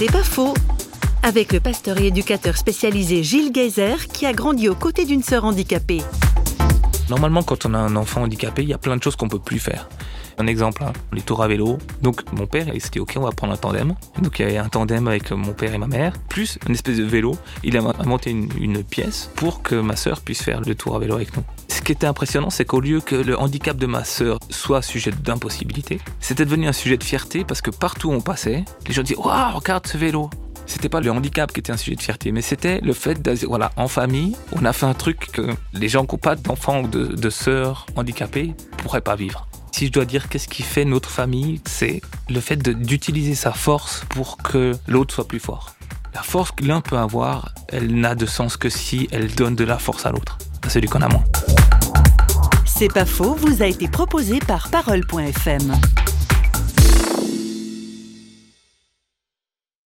C'est pas faux. Avec le pasteur et éducateur spécialisé Gilles Geyser, qui a grandi aux côtés d'une sœur handicapée. Normalement, quand on a un enfant handicapé, il y a plein de choses qu'on peut plus faire. Un exemple, les tours à vélo. Donc mon père, il s'est dit ok, on va prendre un tandem. Donc il y avait un tandem avec mon père et ma mère, plus une espèce de vélo. Il a monté une pièce pour que ma sœur puisse faire le tour à vélo avec nous. Ce qui était impressionnant, c'est qu'au lieu que le handicap de ma sœur soit sujet d'impossibilité, c'était devenu un sujet de fierté parce que partout où on passait, les gens disaient waouh, regarde ce vélo. C'était pas le handicap qui était un sujet de fierté, mais c'était le fait voilà, en famille, on a fait un truc que les gens qui n'ont pas d'enfants ou de sœurs handicapées pourraient pas vivre. Si je dois dire qu'est-ce qui fait notre famille, c'est le fait d'utiliser sa force pour que l'autre soit plus fort. La force que l'un peut avoir, elle n'a de sens que si elle donne de la force à l'autre, à celui qu'on a moins. C'est pas faux, vous a été proposé par Parole.fm.